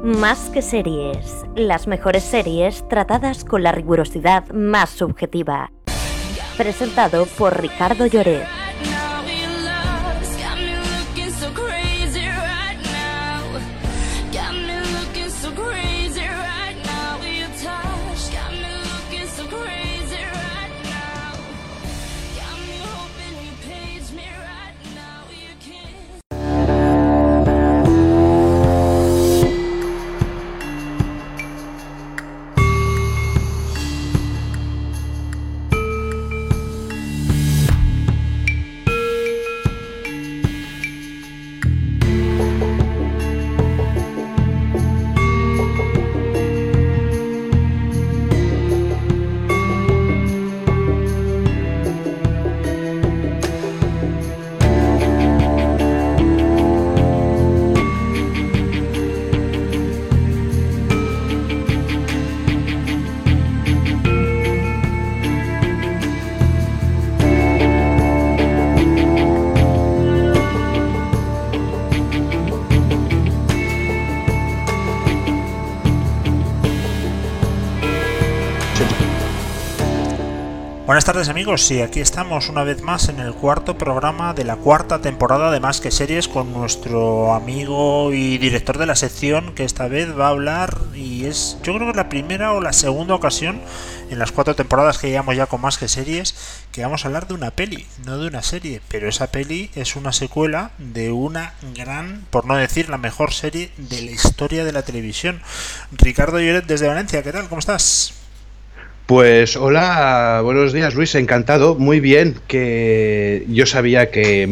Más que series, las mejores series tratadas con la rigurosidad más subjetiva. Presentado por Ricardo Lloret. Buenas tardes amigos, y aquí estamos una vez más en el cuarto programa de la cuarta temporada de Más que Series con nuestro amigo y director de la sección, que esta vez va a hablar, y es yo creo que es la primera o la segunda ocasión en las 4 temporadas que llevamos ya con Más que Series que vamos a hablar de una peli, no de una serie, pero esa peli es una secuela de una gran, por no decir la mejor serie de la historia de la televisión. Ricardo Lloret desde Valencia, ¿qué tal? ¿Cómo estás? Pues hola, buenos días Luis, encantado, muy bien, que yo sabía que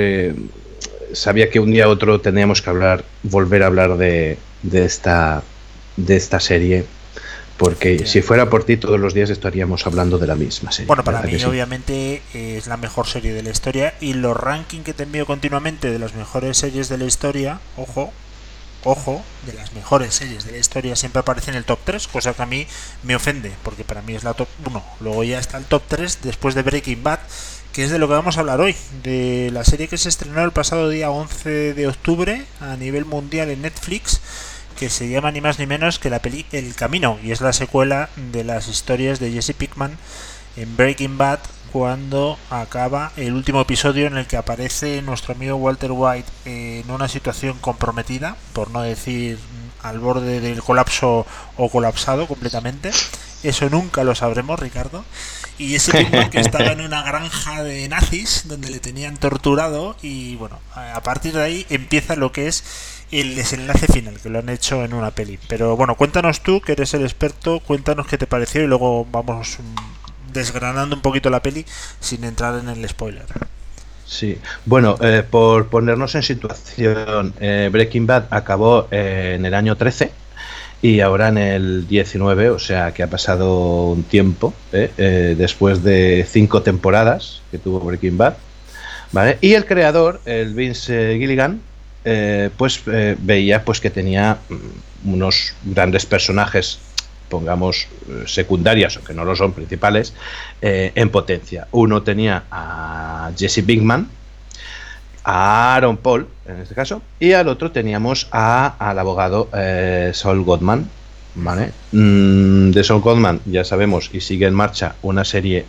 un día u otro teníamos que volver a hablar de esta serie, porque si fuera por ti todos los días estaríamos hablando de la misma serie. Bueno, para mí obviamente es la mejor serie de la historia, y los rankings que te envío continuamente de las mejores series de la historia, ojo, de las mejores series de la historia siempre aparece en el top 3, cosa que a mí me ofende, porque para mí es la top 1. Luego ya está el top 3 después de Breaking Bad, que es de lo que vamos a hablar hoy, de la serie que se estrenó el pasado día 11 de octubre a nivel mundial en Netflix, que se llama ni más ni menos que la peli El Camino, y es la secuela de las historias de Jesse Pinkman en Breaking Bad, cuando acaba el último episodio en el que aparece nuestro amigo Walter White en una situación comprometida, por no decir al borde del colapso o colapsado completamente. Eso nunca lo sabremos, Ricardo. Y ese tipo que estaba en una granja de nazis donde le tenían torturado, y bueno, a partir de ahí empieza lo que es el desenlace final, que lo han hecho en una peli. Pero bueno, cuéntanos tú, que eres el experto, cuéntanos qué te pareció y luego vamos desgranando un poquito la peli sin entrar en el spoiler. Sí, bueno, por ponernos en situación, Breaking Bad acabó en el año 13 y ahora en el 19, o sea que ha pasado un tiempo, después de 5 temporadas que tuvo Breaking Bad, ¿vale? Y el creador, el Vince Gilligan, veía pues que tenía unos grandes personajes, pongamos secundarias, o que no lo son principales, en potencia. Uno tenía a Jesse Pinkman, a Aaron Paul en este caso, y al otro teníamos al abogado Saul Goodman, ¿vale? De Saul Goodman ya sabemos, y sigue en marcha una serie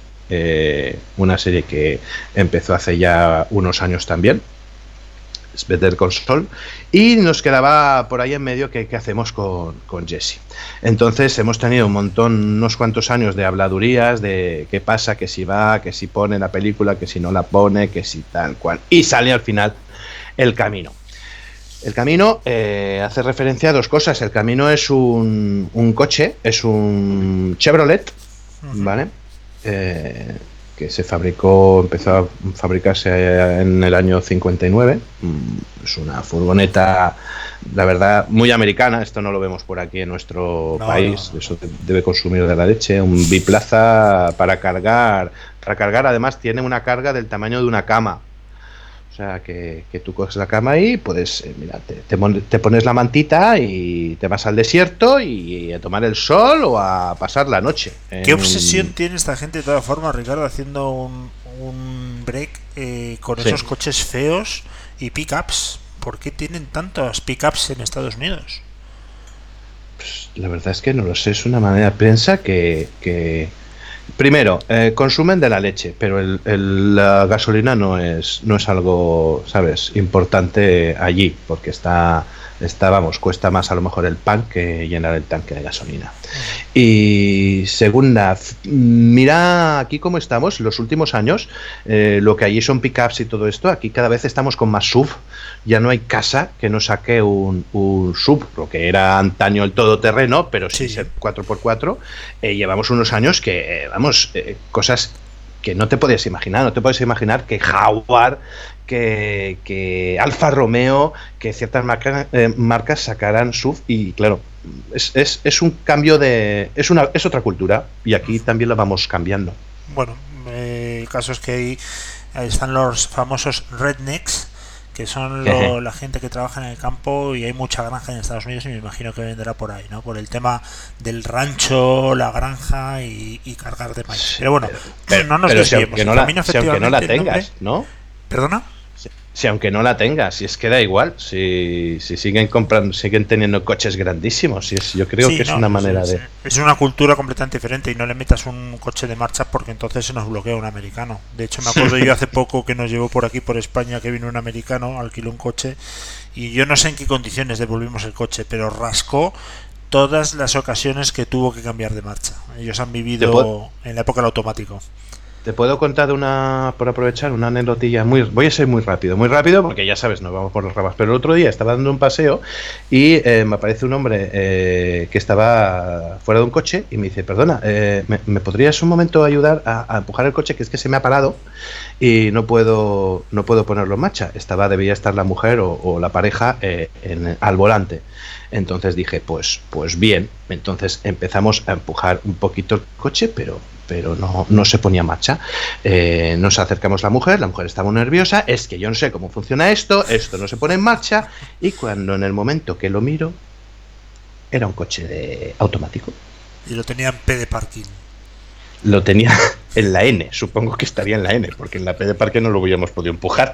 que empezó hace ya unos años también, Better Call Saul, y nos quedaba por ahí en medio qué hacemos con Jesse. Entonces hemos tenido unos cuantos años de habladurías de qué pasa, que si va, que si pone la película, que si no la pone, que si tal cual, y sale al final El Camino. El Camino hace referencia a dos cosas. El Camino es un coche, es un Chevrolet, ¿vale? Que empezó a fabricarse en el año 59. Es una furgoneta, la verdad, muy americana. Esto no lo vemos por aquí en nuestro país. No. Eso debe consumir de la leche. Un biplaza para cargar. Además tiene una carga del tamaño de una cama. O sea, que tú coges la cama y puedes, te pones la mantita y te vas al desierto y a tomar el sol o a pasar la noche. ¿Qué obsesión tiene esta gente de todas formas, Ricardo, haciendo un break con esos coches feos y pickups? ¿Por qué tienen tantos pickups en Estados Unidos? Pues, la verdad es que no lo sé, es una manera, piensa que primero, consumen de la leche, pero la gasolina no es algo, ¿sabes?, importante allí, porque vamos, cuesta más a lo mejor el pan que llenar el tanque de gasolina. Y segunda, mira aquí cómo estamos, los últimos años, lo que allí son pickups y todo esto, aquí cada vez estamos con más SUV, ya no hay casa que no saque un SUV, lo que era antaño el todoterreno, pero sí ser 4x4, llevamos unos años que, vamos, cosas que no te podías imaginar, no te puedes imaginar que Jaguar, que Alfa Romeo, que ciertas marcas sacaran SUV y claro, es un cambio es otra cultura y aquí también la vamos cambiando. Bueno, el caso es que ahí están los famosos rednecks, que son la gente que trabaja en el campo, y hay mucha granja en Estados Unidos y me imagino que vendrá por ahí, ¿no? Por el tema del rancho, la granja y cargar de maíz. Pero bueno, no nos desviemos. Si aunque no la tengas, ¿no? ¿Perdona? Si aunque no la tengas, si es que da igual, si siguen comprando, siguen teniendo coches grandísimos, yo creo que es una manera de... Es una cultura completamente diferente y no le metas un coche de marcha porque entonces se nos bloquea un americano. De hecho, me acuerdo yo hace poco que nos llevó por aquí, por España, que vino un americano, alquiló un coche y yo no sé en qué condiciones devolvimos el coche, pero rascó todas las ocasiones que tuvo que cambiar de marcha. Ellos han vivido en la época del automático. Te puedo contar por aprovechar, una anécdotilla voy a ser muy rápido porque ya sabes, nos vamos por las ramas, pero el otro día estaba dando un paseo y me aparece un hombre que estaba fuera de un coche y me dice, perdona, ¿me podrías un momento ayudar a empujar el coche, que es que se me ha parado y no puedo ponerlo en marcha? Debía estar la mujer o la pareja al volante. Entonces dije, pues bien. Entonces empezamos a empujar un poquito el coche, pero no se ponía en marcha. Nos acercamos a la mujer estaba muy nerviosa, es que yo no sé cómo funciona esto no se pone en marcha, y cuando en el momento que lo miro, era un coche automático. Y lo tenía en P de parking. Lo tenía en la N, supongo que estaría en la N, porque en la P de parque no lo hubiéramos podido empujar.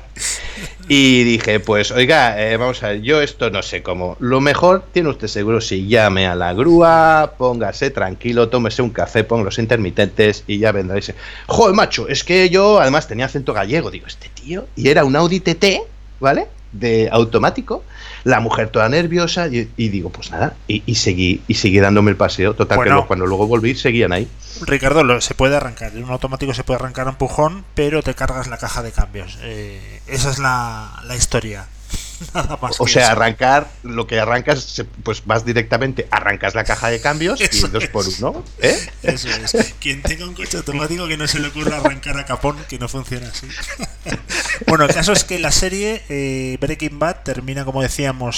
Y dije, pues oiga, vamos a ver, yo esto no sé cómo. Lo mejor, tiene usted seguro, si llame a la grúa, póngase tranquilo, tómese un café, ponga los intermitentes y ya vendrá. Y dice, joder, macho, es que yo además tenía acento gallego. Digo, este tío, y era un Audi TT, ¿vale?, de automático. La mujer toda nerviosa y digo, pues nada, y seguí dándome el paseo. Total, bueno, que cuando luego volví seguían ahí. Ricardo, se puede arrancar, en un automático se puede arrancar a empujón, pero te cargas la caja de cambios. Esa es la historia. Nada más. O sea, arrancar, lo que arrancas, pues vas directamente, arrancas la caja de cambios y 2x1, ¿eh? Eso es. Quien tenga un coche automático, que no se le ocurra arrancar a capón, que no funciona así. Bueno, el caso es que la serie Breaking Bad termina, como decíamos,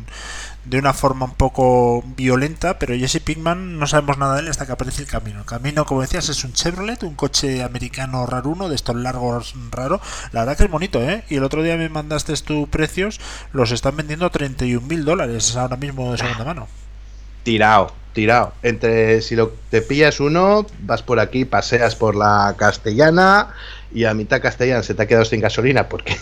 de una forma un poco violenta, pero Jesse Pinkman no sabemos nada de él hasta que aparece el camino. El camino, como decías, es un Chevrolet, un coche americano raruno, de estos largos raro. La verdad que es bonito, ¿eh? Y el otro día me mandaste tus precios, los están vendiendo a $31.000 ahora mismo de segunda mano. Tirado. Si te pillas uno, vas por aquí, paseas por la Castellana y a mitad Castellana se te ha quedado sin gasolina porque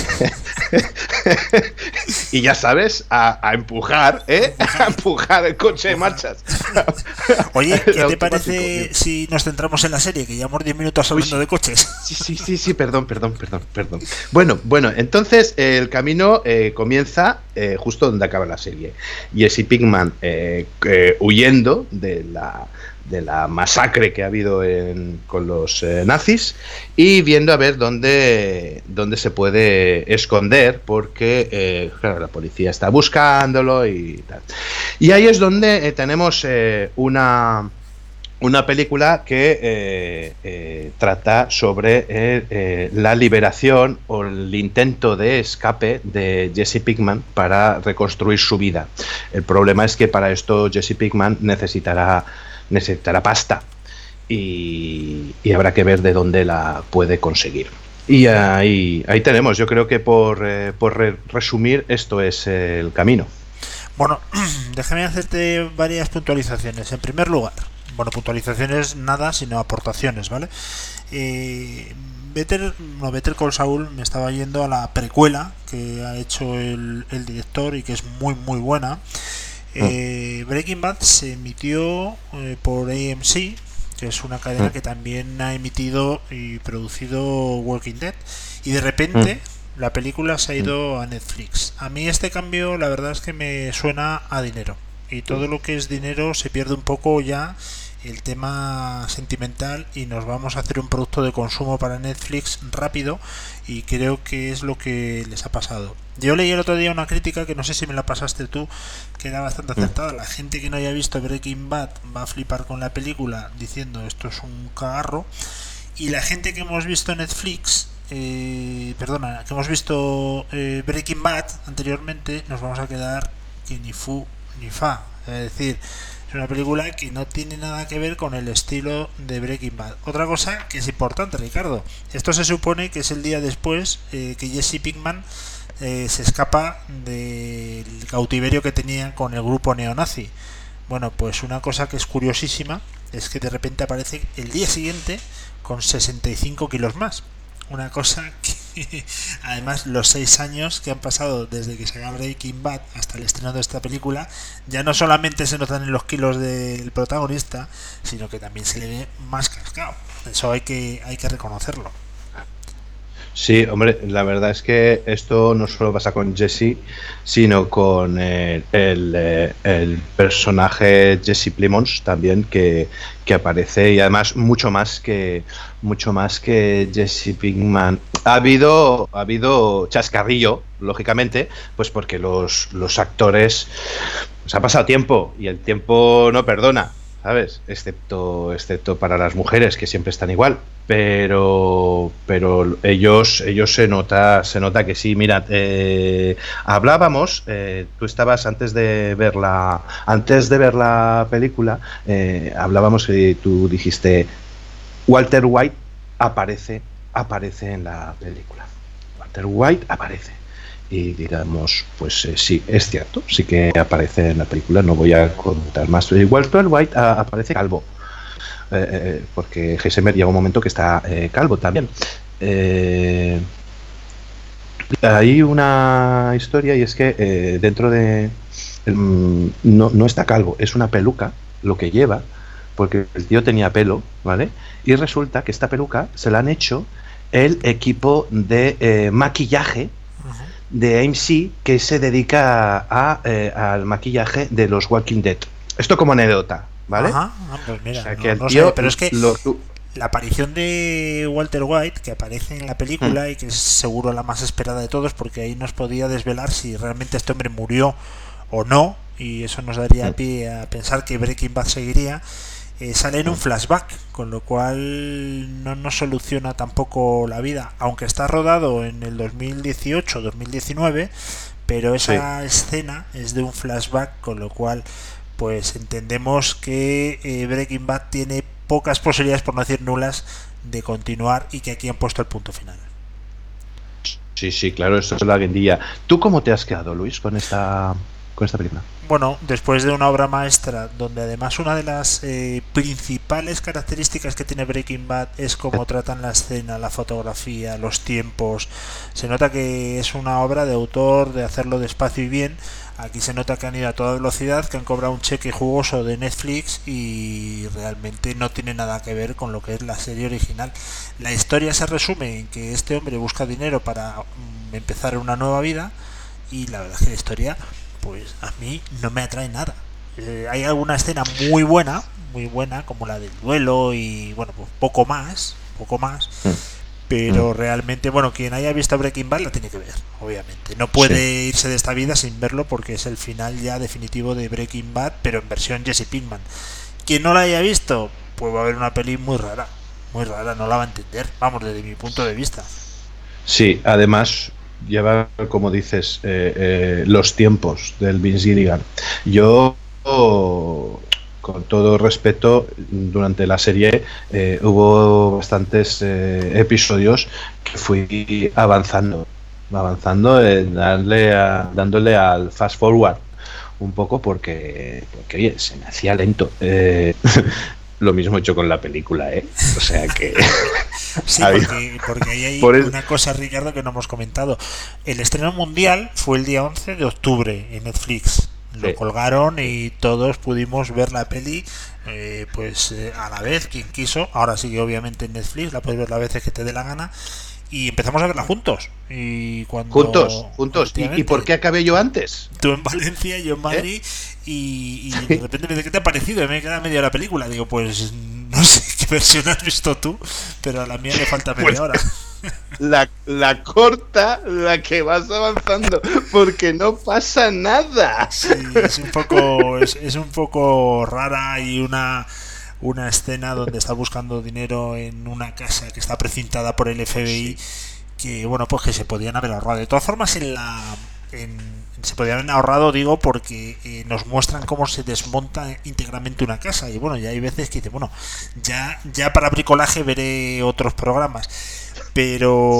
y ya sabes, a empujar, a empujar el coche de marchas. Oye, ¿qué te parece si nos centramos en la serie? Que llevamos 10 minutos hablando de coches. Sí, perdón. Bueno, entonces el camino comienza justo donde acaba la serie. Jesse Pinkman huyendo de la masacre que ha habido con los nazis y viendo a ver dónde se puede esconder, porque claro, la policía está buscándolo y tal. Y ahí es donde tenemos una película que trata sobre la liberación o el intento de escape de Jesse Pinkman para reconstruir su vida. El problema es que para esto Jesse Pinkman necesitará pasta y habrá que ver de dónde la puede conseguir. Y ahí tenemos, yo creo que por resumir, esto es el camino. Bueno, déjame hacerte varias puntualizaciones. En primer lugar, puntualizaciones nada, sino aportaciones, ¿vale? Better Call Saul, me estaba yendo a la precuela que ha hecho el director y que es muy muy buena. Breaking Bad se emitió por AMC, que es una cadena que también ha emitido y producido Walking Dead, y de repente la película se ha ido a Netflix. A mí este cambio la verdad es que me suena a dinero, y todo lo que es dinero se pierde un poco ya el tema sentimental y nos vamos a hacer un producto de consumo para Netflix rápido, y creo que es lo que les ha pasado. Yo leí el otro día una crítica que no sé si me la pasaste tú, que era bastante acertada. La gente que no haya visto Breaking Bad va a flipar con la película diciendo esto es un cagarro, y la gente que hemos visto Netflix que hemos visto Breaking Bad anteriormente, nos vamos a quedar que ni fu ni fa. Es decir, es una película que no tiene nada que ver con el estilo de Breaking Bad. Otra cosa que es importante, Ricardo, esto se supone que es el día después que Jesse Pinkman se escapa del cautiverio que tenía con el grupo neonazi. Bueno, pues una cosa que es curiosísima es que de repente aparece el día siguiente con 65 kilos más. Una cosa que además los 6 años que han pasado desde que se haga Breaking Bad hasta el estreno de esta película ya no solamente se notan en los kilos del protagonista, sino que también se le ve más cascado. Eso hay que reconocerlo. Sí, hombre, la verdad es que esto no solo pasa con Jesse, sino con el personaje Jesse Plemons también que aparece, y además mucho más que Jesse Pinkman. Ha habido chascarrillo, lógicamente, pues porque los actores se ha pasado tiempo y el tiempo no perdona, ¿sabes? Excepto para las mujeres, que siempre están igual, pero ellos se nota que sí. Mira, hablábamos, tú estabas antes de ver la película, hablábamos y tú dijiste Walter White aparece en la película. Walter White aparece. Y digamos, pues sí, es cierto, sí que aparece en la película, no voy a contar más. Walter White aparece calvo, porque Heisenberg llega un momento que está calvo también. Hay una historia, y es que dentro de... no está calvo, es una peluca lo que lleva, porque el tío tenía pelo, ¿vale? Y resulta que esta peluca se la han hecho el equipo de maquillaje de AMC, que se dedica al maquillaje de los Walking Dead. Esto como anécdota, ¿vale? Ajá, pues mira, o sea, que no tío, sé, pero es que la aparición de Walter White, que aparece en la película y que es seguro la más esperada de todos, porque ahí nos podía desvelar si realmente este hombre murió o no, y eso nos daría pie a pensar que Breaking Bad seguiría. Sale en un flashback, con lo cual no nos soluciona tampoco la vida, aunque está rodado en el 2018-2019, pero esa escena es de un flashback, con lo cual pues entendemos que Breaking Bad tiene pocas posibilidades, por no decir nulas, de continuar, y que aquí han puesto el punto final. Sí, claro, esto es la guindilla. ¿Tú cómo te has quedado, Luis, con esta película? Bueno, después de una obra maestra, donde además una de las principales características que tiene Breaking Bad es cómo tratan la escena, la fotografía, los tiempos. Se nota que es una obra de autor, de hacerlo despacio y bien. Aquí se nota que han ido a toda velocidad, que han cobrado un cheque jugoso de Netflix, y realmente no tiene nada que ver con lo que es la serie original. La historia se resume en que este hombre busca dinero para empezar una nueva vida, y la verdad es que la historia, pues a mí no me atrae nada. Hay alguna escena muy buena, como la del duelo, y bueno, pues poco más, pero realmente, bueno, quien haya visto Breaking Bad la tiene que ver, obviamente. No puede irse de esta vida sin verlo, porque es el final ya definitivo de Breaking Bad, pero en versión Jesse Pinkman. Quien no la haya visto, pues va a ver una peli muy rara, no la va a entender, vamos, desde mi punto de vista. Sí, además lleva, como dices, los tiempos del Vince Gilligan. Yo, con todo respeto, durante la serie hubo bastantes episodios que fui avanzando, dándole al fast forward un poco, porque oye, se me hacía lento. Lo mismo he hecho con la película, o sea que... Sí, porque ahí hay una cosa, Ricardo, que no hemos comentado. El estreno mundial fue el día 11 de octubre en Netflix. Lo colgaron y todos pudimos ver la peli a la vez, quien quiso. Ahora sigue obviamente en Netflix, la puedes ver las veces que te dé la gana. Y empezamos a verla juntos. Y cuando juntos. ¿Y por qué acabé yo antes? Tú en Valencia, yo en Madrid. Y de repente me dice, ¿qué te ha parecido? Y me queda media hora la película. Digo, pues no sé qué versión has visto tú, pero a la mía le falta media hora. La corta, la que vas avanzando, porque no pasa nada. Sí, es un poco rara. Y una escena donde está buscando dinero en una casa que está precintada por el FBI, que bueno, pues que se podían haber ahorrado. De todas formas, se podían haber ahorrado, digo, porque nos muestran cómo se desmonta íntegramente una casa. Y bueno, ya hay veces que dice, bueno, ya para bricolaje veré otros programas. Pero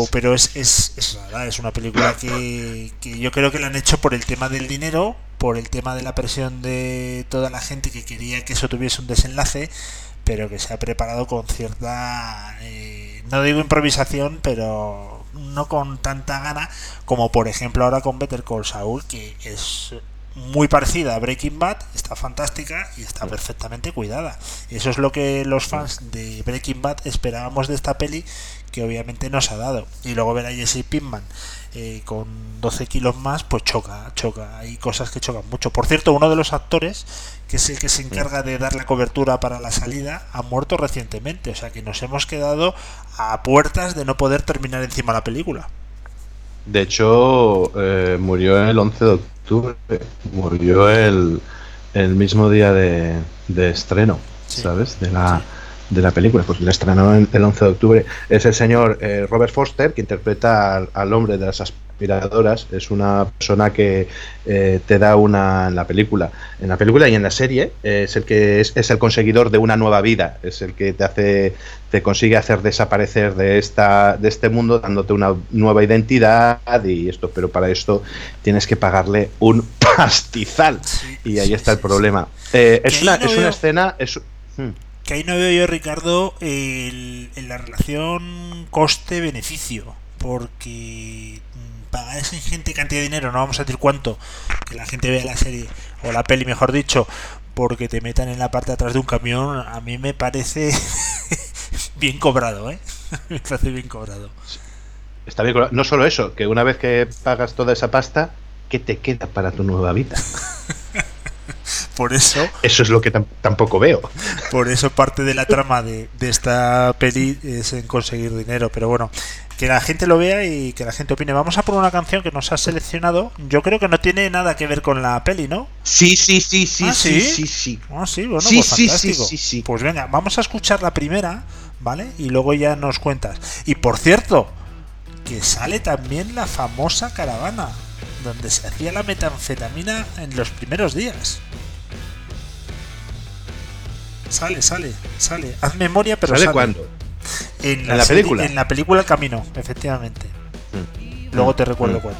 es rara, es una película que yo creo que la han hecho por el tema del dinero, por el tema de la presión de toda la gente que quería que eso tuviese un desenlace, pero que se ha preparado con cierta, no digo improvisación, pero no con tanta gana, como por ejemplo ahora con Better Call Saul, que es muy parecida a Breaking Bad, está fantástica y está perfectamente cuidada. Y eso es lo que los fans de Breaking Bad esperábamos de esta peli, que obviamente nos ha dado. Y luego ver a Jesse Pinkman con 12 kilos más, pues choca. Hay cosas que chocan mucho. Por cierto, uno de los actores, que es el que se encarga de dar la cobertura para la salida, ha muerto recientemente. O sea que nos hemos quedado a puertas de no poder terminar encima la película. De hecho, murió el 11 de octubre. Murió el mismo día de estreno, sí. ¿Sabes? De la película. Pues la estrenó el 11 de octubre. Es el señor Robert Forster, que interpreta al hombre de las aspiradoras. Es una persona que te da en la película y en la serie es el que es el conseguidor de una nueva vida. Es el que te consigue hacer desaparecer de este mundo, dándote una nueva identidad y esto. Pero para esto tienes que pagarle un pastizal. Sí, y ahí está el problema. Es una escena. Que ahí no veo yo, Ricardo, en la relación coste-beneficio, porque pagar esa ingente cantidad de dinero, no vamos a decir cuánto, que la gente vea la serie, o la peli mejor dicho, porque te metan en la parte de atrás de un camión, a mí me parece bien cobrado, me parece bien cobrado. Está bien cobrado. No solo eso, que una vez que pagas toda esa pasta, ¿qué te queda para tu nueva vida? Por eso es lo que tampoco veo. Por eso parte de la trama de esta peli es en conseguir dinero. Pero bueno, que la gente lo vea y que la gente opine. Vamos a poner una canción que nos ha seleccionado. Yo creo que no tiene nada que ver con la peli, ¿no? Sí. Ah, sí, bueno, sí, pues fantástico. Sí. Pues venga, vamos a escuchar la primera, ¿vale? Y luego ya nos cuentas. Y por cierto, que sale también la famosa caravana donde se hacía la metanfetamina en los primeros días. Sale. Haz memoria, pero ¿Sale cuándo? ¿En la película? En la película El Camino, efectivamente. Luego te recuerdo cuándo.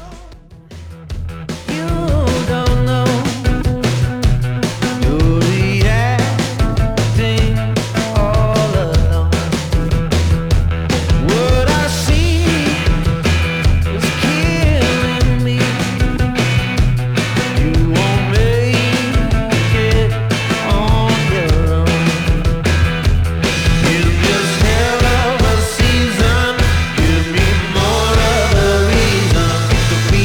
Be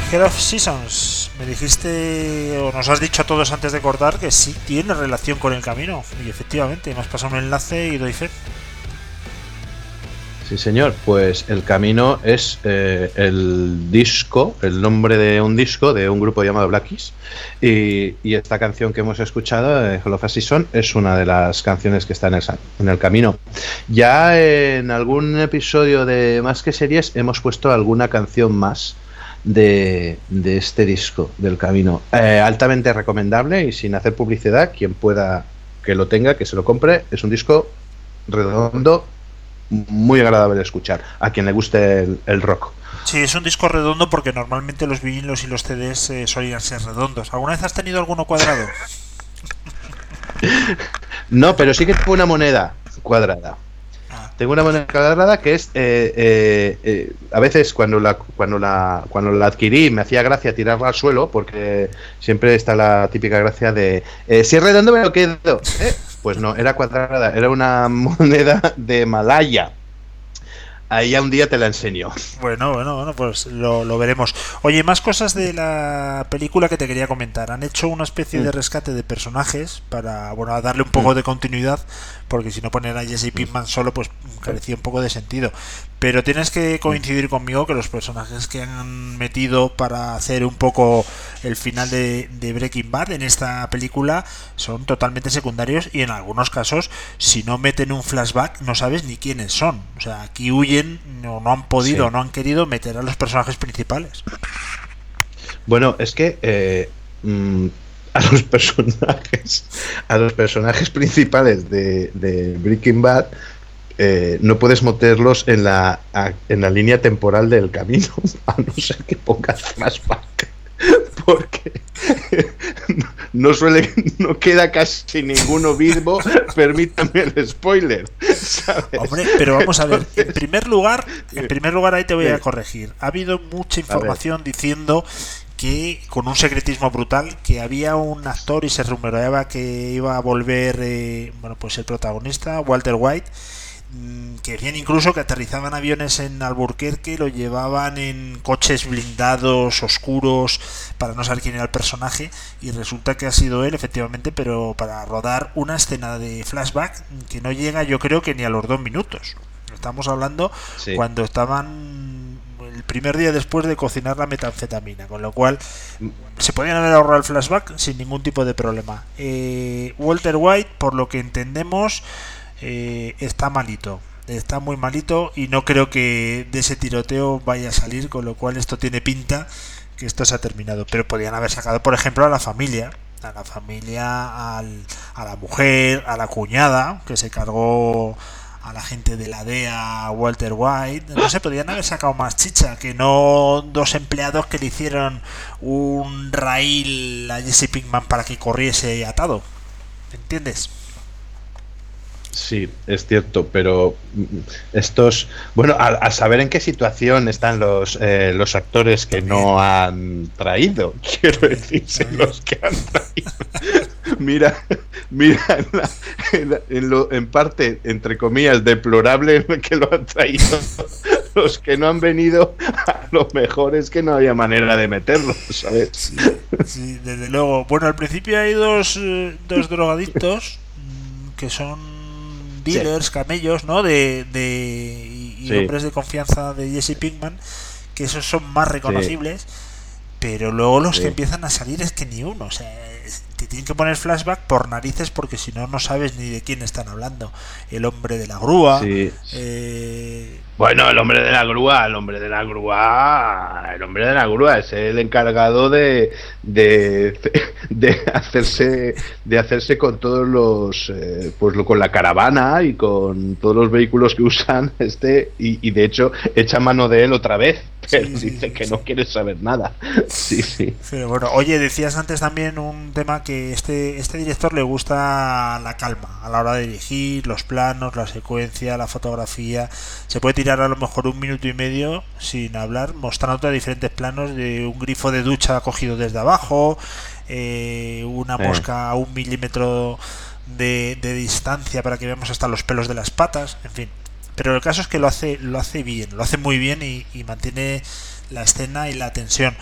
Hero of Seasons, me dijiste, o nos has dicho a todos antes de cortar, que sí tiene relación con el camino. Y efectivamente, me has pasado un enlace y doy fe. Sí, señor, pues El Camino es el disco, el nombre de un disco de un grupo llamado Black Keys, y esta canción que hemos escuchado, Hell of a Season, es una de las canciones que está en el camino. Ya en algún episodio de Más que Series hemos puesto alguna canción más de este disco del camino. Altamente recomendable y sin hacer publicidad, quien pueda que lo tenga, que se lo compre. Es un disco redondo, muy agradable de escuchar a quien le guste el rock. Sí, es un disco redondo porque normalmente los vinilos y los CDs solían ser redondos. ¿Alguna vez has tenido alguno cuadrado? No, pero sí que tengo una moneda cuadrada. Tengo una moneda cuadrada que es a veces cuando la adquirí me hacía gracia tirarla al suelo, porque siempre está la típica gracia de si es redondo me lo quedo. Pues no, era cuadrada, era una moneda de Malaya. Ahí ya un día te la enseño. Bueno, pues lo veremos. Oye, más cosas de la película que te quería comentar. Han hecho una especie de rescate de personajes para, bueno, darle un poco de continuidad, porque si no poner a Jesse Pinkman solo, pues carecía un poco de sentido. Pero tienes que coincidir conmigo que los personajes que han metido para hacer un poco el final de Breaking Bad en esta película son totalmente secundarios, y en algunos casos, si no meten un flashback, no sabes ni quiénes son. O sea, aquí huyen, no han podido, sí, no han querido meter a los personajes principales. Bueno, es que a los personajes principales de Breaking Bad no puedes meterlos en la línea temporal del camino, a no ser que pongas flashback, porque no queda casi ninguno vivo. Permítame el spoiler, ¿sabes? Hombre, pero vamos a ver, en primer lugar ahí te voy a corregir. Ha habido mucha información diciendo que, con un secretismo brutal, que había un actor y se rumoreaba que iba a volver pues el protagonista, Walter White, que decían incluso que aterrizaban aviones en Albuquerque, lo llevaban en coches blindados oscuros para no saber quién era el personaje, y resulta que ha sido él, efectivamente, pero para rodar una escena de flashback que no llega, yo creo, que ni a los 2 minutos. Estamos hablando cuando estaban el primer día después de cocinar la metanfetamina, con lo cual se podían haber ahorrado el flashback sin ningún tipo de problema. Walter White, por lo que entendemos, está malito, está muy malito, y no creo que de ese tiroteo vaya a salir, con lo cual esto tiene pinta que esto se ha terminado. Pero podrían haber sacado, por ejemplo, a la familia, a la mujer, a la cuñada que se cargó a la gente de la DEA, Walter White. No sé, podrían haber sacado más chicha, que no 2 empleados que le hicieron un raíl a Jesse Pinkman para que corriese atado, ¿entiendes? Sí, es cierto, pero estos, bueno, al saber en qué situación están los actores que no han traído, quiero decirse, los que han traído. Mira en parte, entre comillas, deplorable que lo han traído. Los que no han venido, a lo mejor es que no había manera de meterlos, ¿sabes? Sí, desde luego. Bueno, al principio hay dos drogadictos que son dealers, camellos, ¿no? Y hombres de confianza de Jesse Pinkman, que esos son más reconocibles, pero luego los que empiezan a salir es que ni uno. O sea, te tienen que poner flashback por narices, porque si no, no sabes ni de quién están hablando. El hombre de la grúa. Bueno, el hombre de la grúa es el encargado de hacerse con todos los con la caravana y con todos los vehículos que usan y de hecho echa mano de él otra vez, pero dice que no quiere saber nada. Sí. Pero bueno, oye, decías antes también un tema, que este director le gusta la calma a la hora de dirigir, los planos, la secuencia, la fotografía. Se puede tirar a lo mejor 1 minuto y medio sin hablar, mostrándote diferentes planos de un grifo de ducha cogido desde abajo, una mosca a 1 milímetro de distancia para que veamos hasta los pelos de las patas, en fin. Pero el caso es que lo hace bien, lo hace muy bien, y mantiene la escena y la tensión.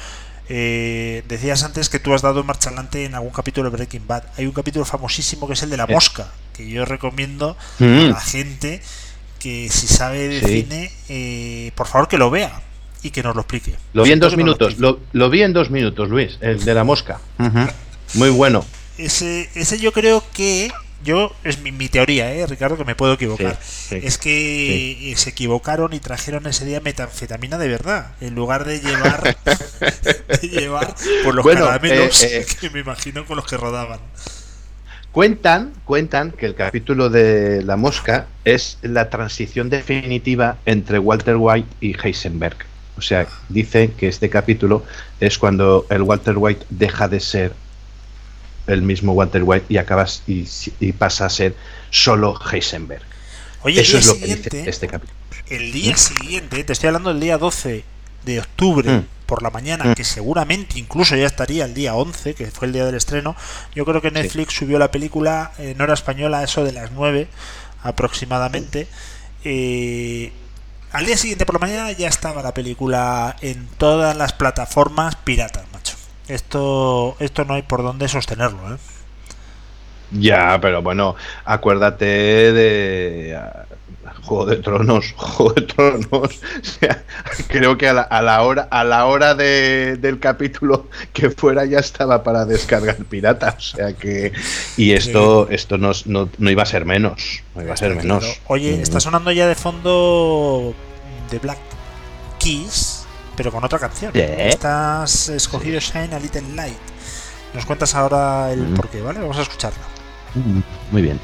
Decías antes que tú has dado marcha adelante en algún capítulo de Breaking Bad. Hay un capítulo famosísimo que es el de la mosca, que yo recomiendo a la gente que si sabe de cine, por favor que lo vea y que nos lo explique. Lo vi en 2 minutos, lo vi en 2 minutos, Luis, el de la mosca. Muy bueno. Ese yo creo que es mi teoría, Ricardo, que me puedo equivocar. Es que se equivocaron y trajeron ese día metanfetamina de verdad, en lugar de llevar por los caramelos que me imagino con los que rodaban. Cuentan que el capítulo de la mosca es la transición definitiva entre Walter White y Heisenberg. O sea, dicen que este capítulo es cuando el Walter White deja de ser el mismo Walter White y pasa a ser solo Heisenberg. Oye, eso es lo que dice este capítulo. El día siguiente, te estoy hablando del día 12 de octubre por la mañana, que seguramente incluso ya estaría el día 11, que fue el día del estreno. Yo creo que Netflix subió la película en hora española, eso de las 9 aproximadamente. Al día siguiente por la mañana ya estaba la película en todas las plataformas piratas, macho. Esto no hay por dónde sostenerlo, ¿eh? Ya, pero bueno, acuérdate de Juego de Tronos. O sea, creo que a la hora del capítulo que fuera ya estaba para descargar pirata. O sea que esto no iba a ser menos. No iba a ser menos. Oye, está sonando ya de fondo The Black Keys, pero con otra canción. Estás escogido Shine a Little Light. Nos cuentas ahora el porqué, ¿vale? Vamos a escucharlo. Muy bien.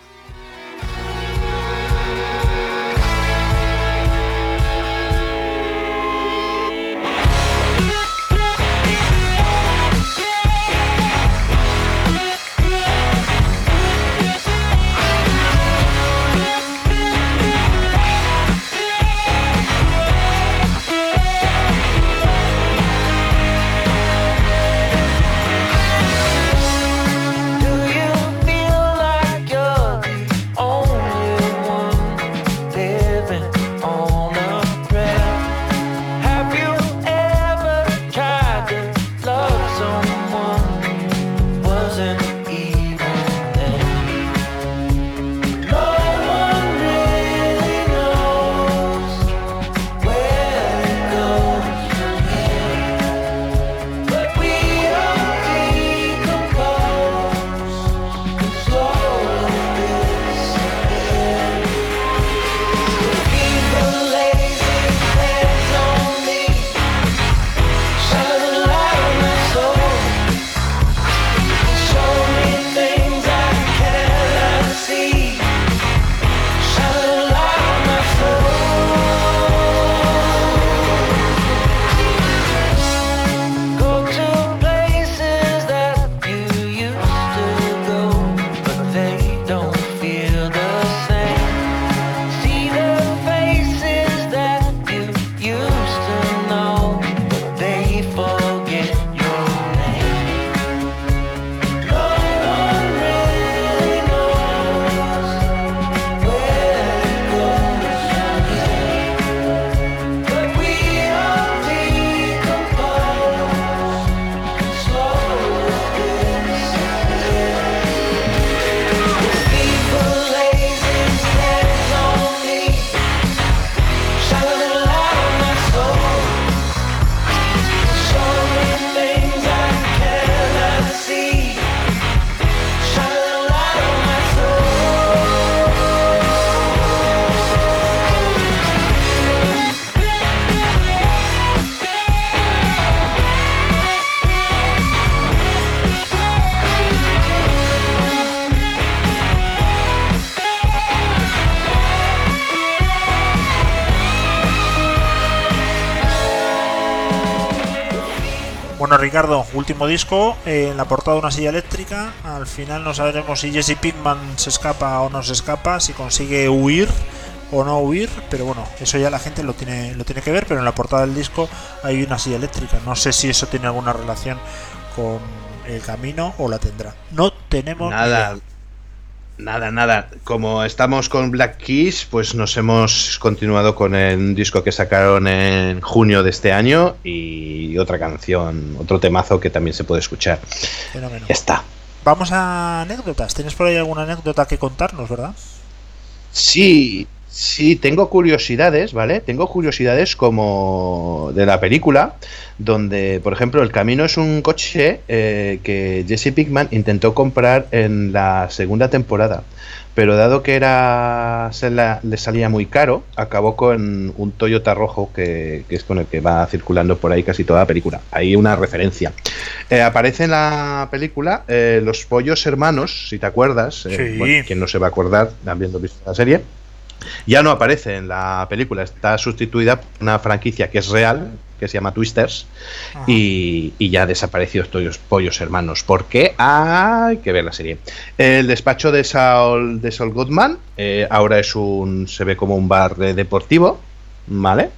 Bueno, Ricardo, último disco, en la portada una silla eléctrica. Al final no sabremos si Jesse Pinkman se escapa o no se escapa, si consigue huir o no huir, pero bueno, eso ya la gente lo tiene que ver. Pero en la portada del disco hay una silla eléctrica. No sé si eso tiene alguna relación con el camino o la tendrá. No tenemos nada. Nada. Como estamos con Black Keys, pues nos hemos continuado con el disco que sacaron en junio de este año y otra canción, otro temazo que también se puede escuchar. Fenómeno. Ya está. Vamos a anécdotas. ¿Tienes por ahí alguna anécdota que contarnos, verdad? Sí, tengo curiosidades, ¿vale? Tengo curiosidades como de la película, donde, por ejemplo, El Camino es un coche que Jesse Pinkman intentó comprar en la segunda temporada, pero dado que le salía muy caro, acabó con un Toyota rojo que es con el que va circulando por ahí casi toda la película. Hay una referencia. Aparece en la película los pollos hermanos, si te acuerdas. Sí. Bueno, quien no se va a acordar habiendo visto la serie. Ya no aparece en la película, está sustituida por una franquicia que es real, que se llama Twisters, y ya desapareció estos pollos hermanos. ¿Por qué? Hay que ver la serie. El despacho de Saul Goodman ahora se ve como un bar deportivo, ¿vale?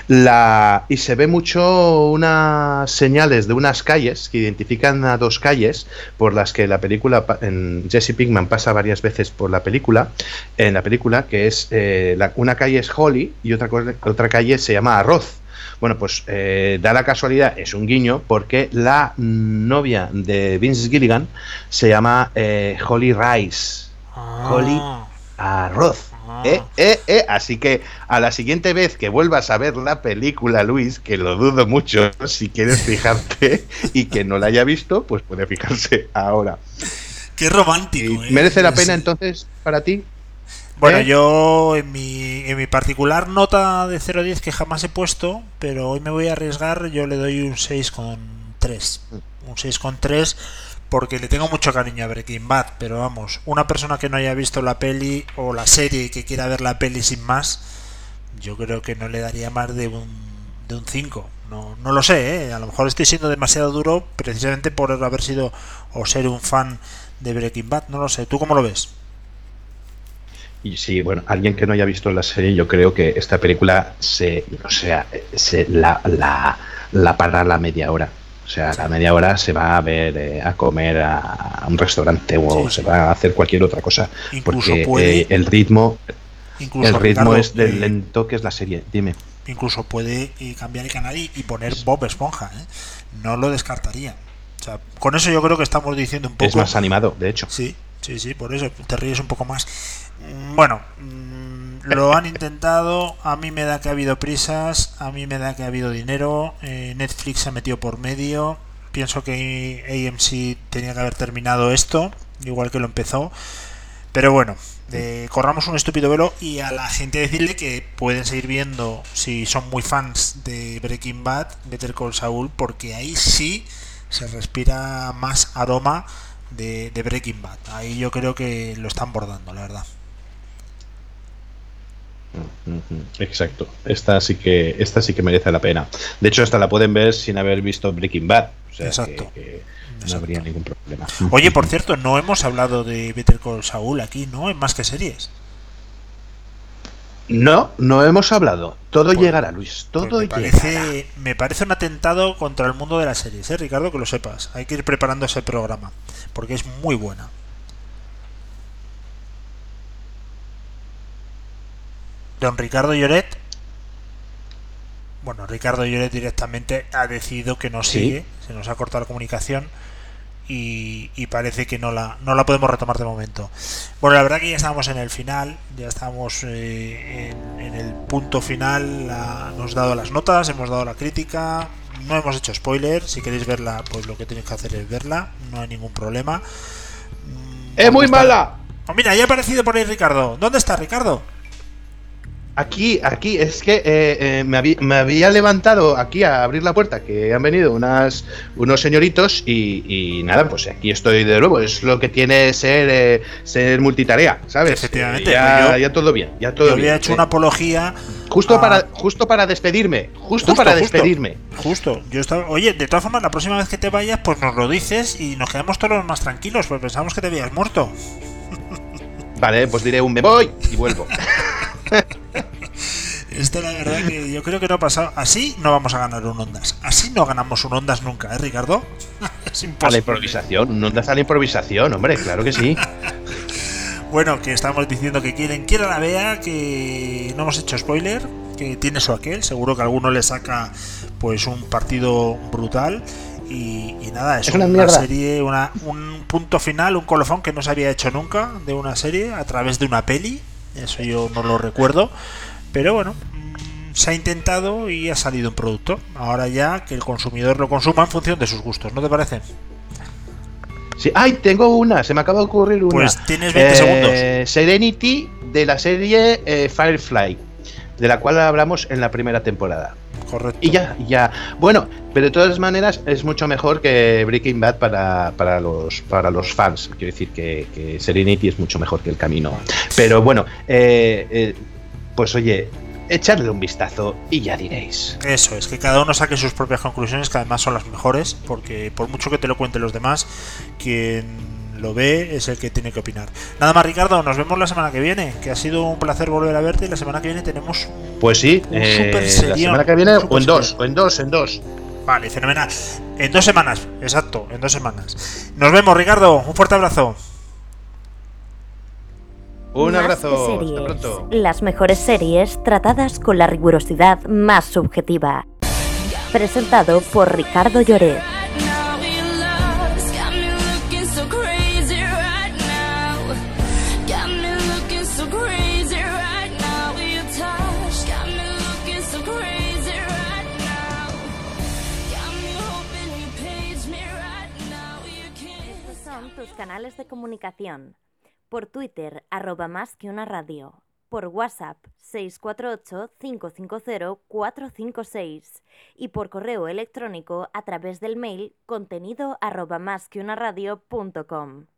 Y se ve mucho unas señales de unas calles que identifican a dos calles por las que la película, Jesse Pinkman pasa varias veces por la película, que es una calle es Holly y otra calle se llama Arroz. Bueno, pues da la casualidad, es un guiño, porque la novia de Vince Gilligan se llama Holly Rice. Holly Arroz. Así que a la siguiente vez que vuelvas a ver la película, Luis, que lo dudo mucho, si quieres fijarte y que no la haya visto, pues puede fijarse ahora. Qué romántico. ¿Merece la pena entonces para ti? Bueno, yo en mi particular nota de 0 a 10 que jamás he puesto, pero hoy me voy a arriesgar, yo le doy un 6,3. Un 6,3 porque le tengo mucho cariño a Breaking Bad, pero vamos, una persona que no haya visto la peli o la serie y que quiera ver la peli sin más, yo creo que no le daría más de un 5. No lo sé, a lo mejor estoy siendo demasiado duro precisamente por haber sido o ser un fan de Breaking Bad, no lo sé. ¿Tú cómo lo ves? Y sí, bueno, alguien que no haya visto la serie, yo creo que esta película la para la media hora. O sea, a la media hora se va a ver a comer a un restaurante o se va a hacer cualquier otra cosa. Incluso porque el ritmo Ricardo, es del lento que es la serie. Dime. Incluso puede cambiar el canal y poner Bob Esponja, ¿eh? No lo descartaría. O sea, con eso yo creo que estamos diciendo un poco. Es más animado, de hecho. Sí, por eso te ríes un poco más. Bueno, lo han intentado. A mí me da que ha habido prisas, a mí me da que ha habido dinero. Netflix se ha metido por medio. Pienso que AMC tenía que haber terminado esto, igual que lo empezó. Pero bueno, corramos un estúpido velo y a la gente decirle que pueden seguir viendo, si son muy fans de Breaking Bad, Better Call Saul, porque ahí sí se respira más aroma de Breaking Bad. Ahí yo creo que lo están bordando, la verdad. Exacto. Esta sí que merece la pena. De hecho, hasta la pueden ver sin haber visto Breaking Bad. O sea, exacto. Que no habría ningún problema. Oye, por cierto, no hemos hablado de Better Call Saul aquí, ¿no? En Más que Series. No hemos hablado. Todo llegará, Luis. Todo llegará. Me parece un atentado contra el mundo de las series, Ricardo, que lo sepas. Hay que ir preparando ese programa, porque es muy buena. Don Ricardo Lloret. Bueno, Ricardo Lloret directamente ha decidido que no sigue. ¿Sí? Se nos ha cortado la comunicación y parece que no la podemos retomar de momento. Bueno, la verdad que ya estamos en el final, ya estamos en el punto final. Nos ha dado las notas, hemos dado la crítica, no hemos hecho spoiler. Si queréis verla, pues lo que tenéis que hacer es verla, no hay ningún problema. ¡Es muy mala! Oh, mira, ya ha aparecido por ahí Ricardo. ¿Dónde está Ricardo? Aquí, es que me había levantado aquí a abrir la puerta, que han venido unos señoritos y nada, pues aquí estoy de nuevo. Es lo que tiene ser multitarea, ¿sabes? Efectivamente. Ya todo bien, ya todo yo bien. Había hecho una apología. Justo para despedirme. Justo. Yo estaba. Oye, de todas formas, la próxima vez que te vayas, pues nos lo dices y nos quedamos todos más tranquilos, porque pensamos que te habías muerto. Vale, pues diré un me voy y vuelvo. Esto la verdad que yo creo que no ha pasado. Así no vamos a ganar un Ondas. Así no ganamos un Ondas nunca, ¿eh, Ricardo? Es imposible. A la improvisación, un Ondas a la improvisación, hombre, claro que sí. Bueno, que estamos diciendo que quiera la vea, que no hemos hecho spoiler, que tiene su aquel, seguro que alguno le saca pues un partido brutal. Y nada, es una serie, un punto final, un colofón que no se había hecho nunca de una serie a través de una peli. Eso yo no lo recuerdo, pero bueno, se ha intentado y ha salido un producto. Ahora ya que el consumidor lo consuma en función de sus gustos, ¿no te parece? Sí. ¡Ay! Tengo una, se me acaba de ocurrir una. Pues tienes 20 segundos. Serenity, de la serie Firefly, de la cual hablamos en la primera temporada. Correcto. Y ya. Bueno, pero de todas maneras es mucho mejor que Breaking Bad para los fans. Quiero decir que Serenity es mucho mejor que El Camino. Vale. Pero bueno, pues oye, echarle un vistazo y ya diréis. Eso es, que cada uno saque sus propias conclusiones, que además son las mejores, porque por mucho que te lo cuenten los demás, quien lo ve es el que tiene que opinar. Nada más, Ricardo, nos vemos la semana que viene, que ha sido un placer volver a verte, y la semana que viene tenemos pues sí, un super serión. La semana que viene o en dos. Vale, fenomenal. En 2 semanas, exacto, en 2 semanas. Nos vemos, Ricardo, un fuerte abrazo. Un abrazo, series, hasta pronto. Las mejores series tratadas con la rigurosidad más subjetiva. Presentado por Ricardo Lloret. Estos son tus canales de comunicación. Por Twitter, @másqueunaradio. Por WhatsApp, 648-550-456. Y por correo electrónico a través del mail contenido@másqueunaradio.com.